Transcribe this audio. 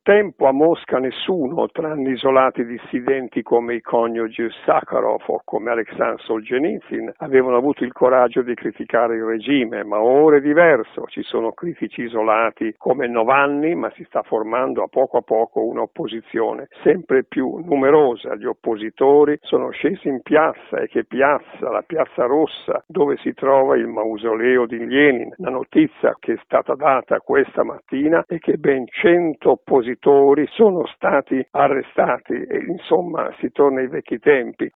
tempo a Mosca nessuno, tranne isolati dissidenti come i coniugi Sakharov o come Alexander Solzhenitsyn, avevano avuto il coraggio di criticare il regime, ma ora è diverso, ci sono critici isolati come Navalny, ma si sta formando a poco un'opposizione sempre più numerosa. Gli oppositori sono scesi in piazza. E che piazza? La Piazza Rossa, dove si trova il mausoleo di Lenin. La notizia che è stata data questa mattina è che ben 100 oppositori sono stati arrestati e insomma si torna ai vecchi tempi.